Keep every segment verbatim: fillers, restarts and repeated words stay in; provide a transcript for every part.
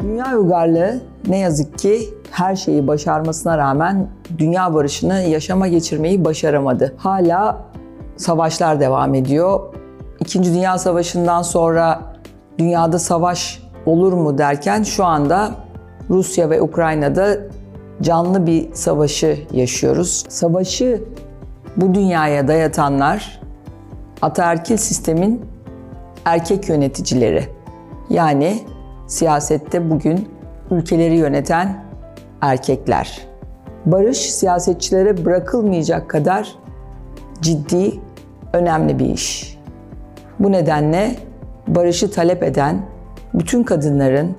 Dünya uygarlığı ne yazık ki her şeyi başarmasına rağmen dünya barışını yaşama geçirmeyi başaramadı. Hala savaşlar devam ediyor. İkinci Dünya Savaşı'ndan sonra dünyada savaş olur mu derken şu anda Rusya ve Ukrayna'da canlı bir savaşı yaşıyoruz. Savaşı bu dünyaya dayatanlar ataerkil sistemin erkek yöneticileri. Yani siyasette bugün ülkeleri yöneten erkekler. Barış siyasetçilere bırakılmayacak kadar ciddi, önemli bir iş. Bu nedenle barışı talep eden bütün kadınların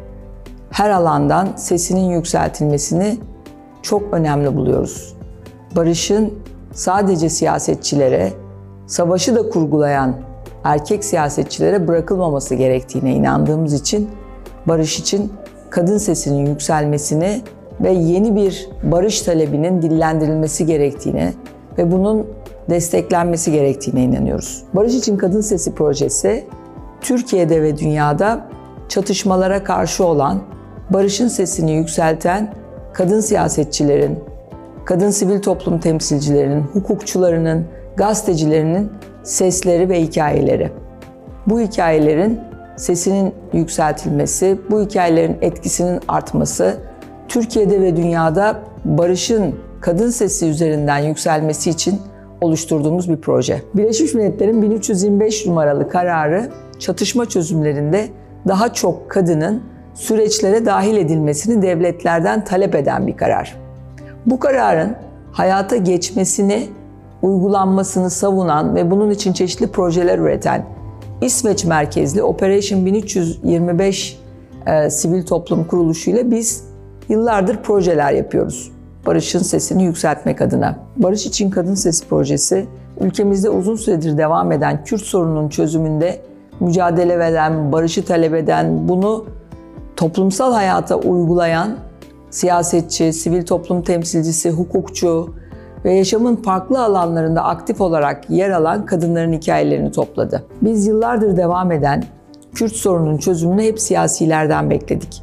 her alandan sesinin yükseltilmesini çok önemli buluyoruz. Barışın sadece siyasetçilere, savaşı da kurgulayan erkek siyasetçilere bırakılmaması gerektiğine inandığımız için barış için kadın sesinin yükselmesini ve yeni bir barış talebinin dillendirilmesi gerektiğine ve bunun desteklenmesi gerektiğine inanıyoruz. Barış için Kadın Sesi projesi, Türkiye'de ve dünyada çatışmalara karşı olan, barışın sesini yükselten kadın siyasetçilerin, kadın sivil toplum temsilcilerinin, hukukçularının, gazetecilerinin sesleri ve hikayeleri. Bu hikayelerin sesinin yükseltilmesi, bu hikayelerin etkisinin artması, Türkiye'de ve dünyada barışın kadın sesi üzerinden yükselmesi için oluşturduğumuz bir proje. Birleşmiş Milletler'in bin üç yüz yirmi beş numaralı kararı, çatışma çözümlerinde daha çok kadının süreçlere dahil edilmesini devletlerden talep eden bir karar. Bu kararın hayata geçmesini, uygulanmasını savunan ve bunun için çeşitli projeler üreten İsveç merkezli Operation bin üç yüz yirmi beş e, sivil toplum kuruluşu ile biz yıllardır projeler yapıyoruz. Barışın sesini yükseltmek adına. Barış için Kadın Sesi projesi, ülkemizde uzun süredir devam eden Kürt sorununun çözümünde mücadele eden, barışı talep eden, bunu toplumsal hayata uygulayan siyasetçi, sivil toplum temsilcisi, hukukçu ve yaşamın farklı alanlarında aktif olarak yer alan kadınların hikayelerini topladı. Biz yıllardır devam eden Kürt sorununun çözümünü hep siyasilerden bekledik.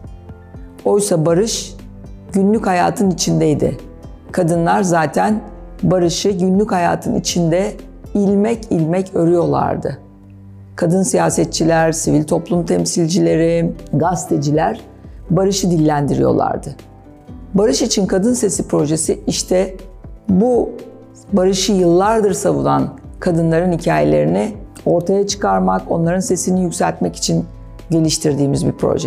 Oysa barış günlük hayatın içindeydi. Kadınlar zaten barışı günlük hayatın içinde ilmek ilmek örüyorlardı. Kadın siyasetçiler, sivil toplum temsilcileri, gazeteciler barışı dillendiriyorlardı. Barış için Kadın Sesi projesi işte bu barışı yıllardır savunan kadınların hikayelerini ortaya çıkarmak, onların sesini yükseltmek için geliştirdiğimiz bir proje.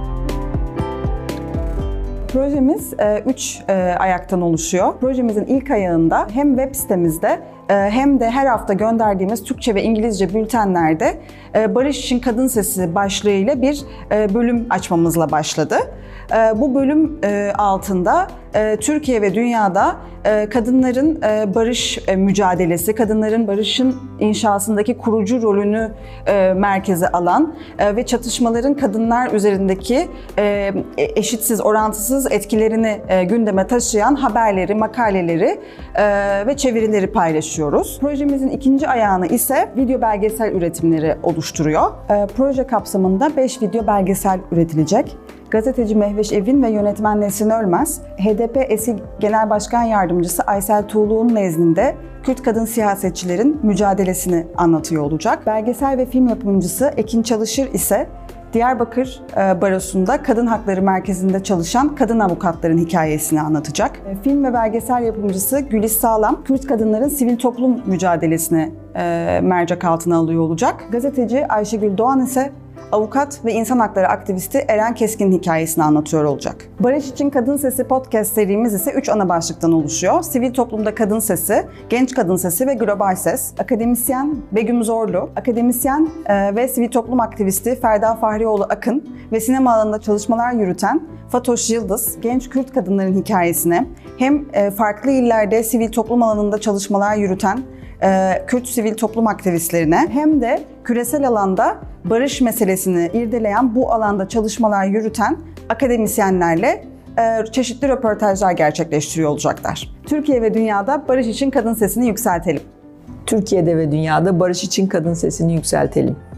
Projemiz üç ayaktan oluşuyor. Projemizin ilk ayağında hem web sitemizde hem de her hafta gönderdiğimiz Türkçe ve İngilizce bültenlerde Barış için Kadın Sesi başlığıyla bir bölüm açmamızla başladı. Bu bölüm altında Türkiye ve dünyada kadınların barış mücadelesi, kadınların barışın inşasındaki kurucu rolünü merkeze alan ve çatışmaların kadınlar üzerindeki eşitsiz, orantısız etkilerini gündeme taşıyan haberleri, makaleleri ve çevirileri paylaşıyoruz. Projemizin ikinci ayağını ise video belgesel üretimleri oluşturuyor. Proje kapsamında beş video belgesel üretilecek. Gazeteci Mehveş Evin ve yönetmen Nesrin Ölmez, H D P eski Genel Başkan Yardımcısı Aysel Tuğlu'nun nezdinde Kürt kadın siyasetçilerin mücadelesini anlatıyor olacak. Belgesel ve film yapımcısı Ekin Çalışır ise Diyarbakır Barosu'nda Kadın Hakları Merkezi'nde çalışan kadın avukatların hikayesini anlatacak. Film ve belgesel yapımcısı Gülis Sağlam, Kürt kadınların sivil toplum mücadelesini mercek altına alıyor olacak. Gazeteci Ayşegül Doğan ise avukat ve insan hakları aktivisti Eren Keskin'in hikayesini anlatıyor olacak. Barış için Kadın Sesi podcast serimiz ise üç ana başlıktan oluşuyor. Sivil toplumda kadın sesi, genç kadın sesi ve global ses. Akademisyen Begüm Zorlu, akademisyen ve sivil toplum aktivisti Ferda Fahrioğlu Akın ve sinema alanında çalışmalar yürüten Fatoş Yıldız, genç Kürt kadınların hikayesine hem farklı illerde sivil toplum alanında çalışmalar yürüten Kürt sivil toplum aktivistlerine hem de küresel alanda barış meselesini irdeleyen, bu alanda çalışmalar yürüten akademisyenlerle çeşitli röportajlar gerçekleştiriyor olacaklar. Türkiye ve dünyada barış için kadın sesini yükseltelim. Türkiye'de ve dünyada barış için kadın sesini yükseltelim.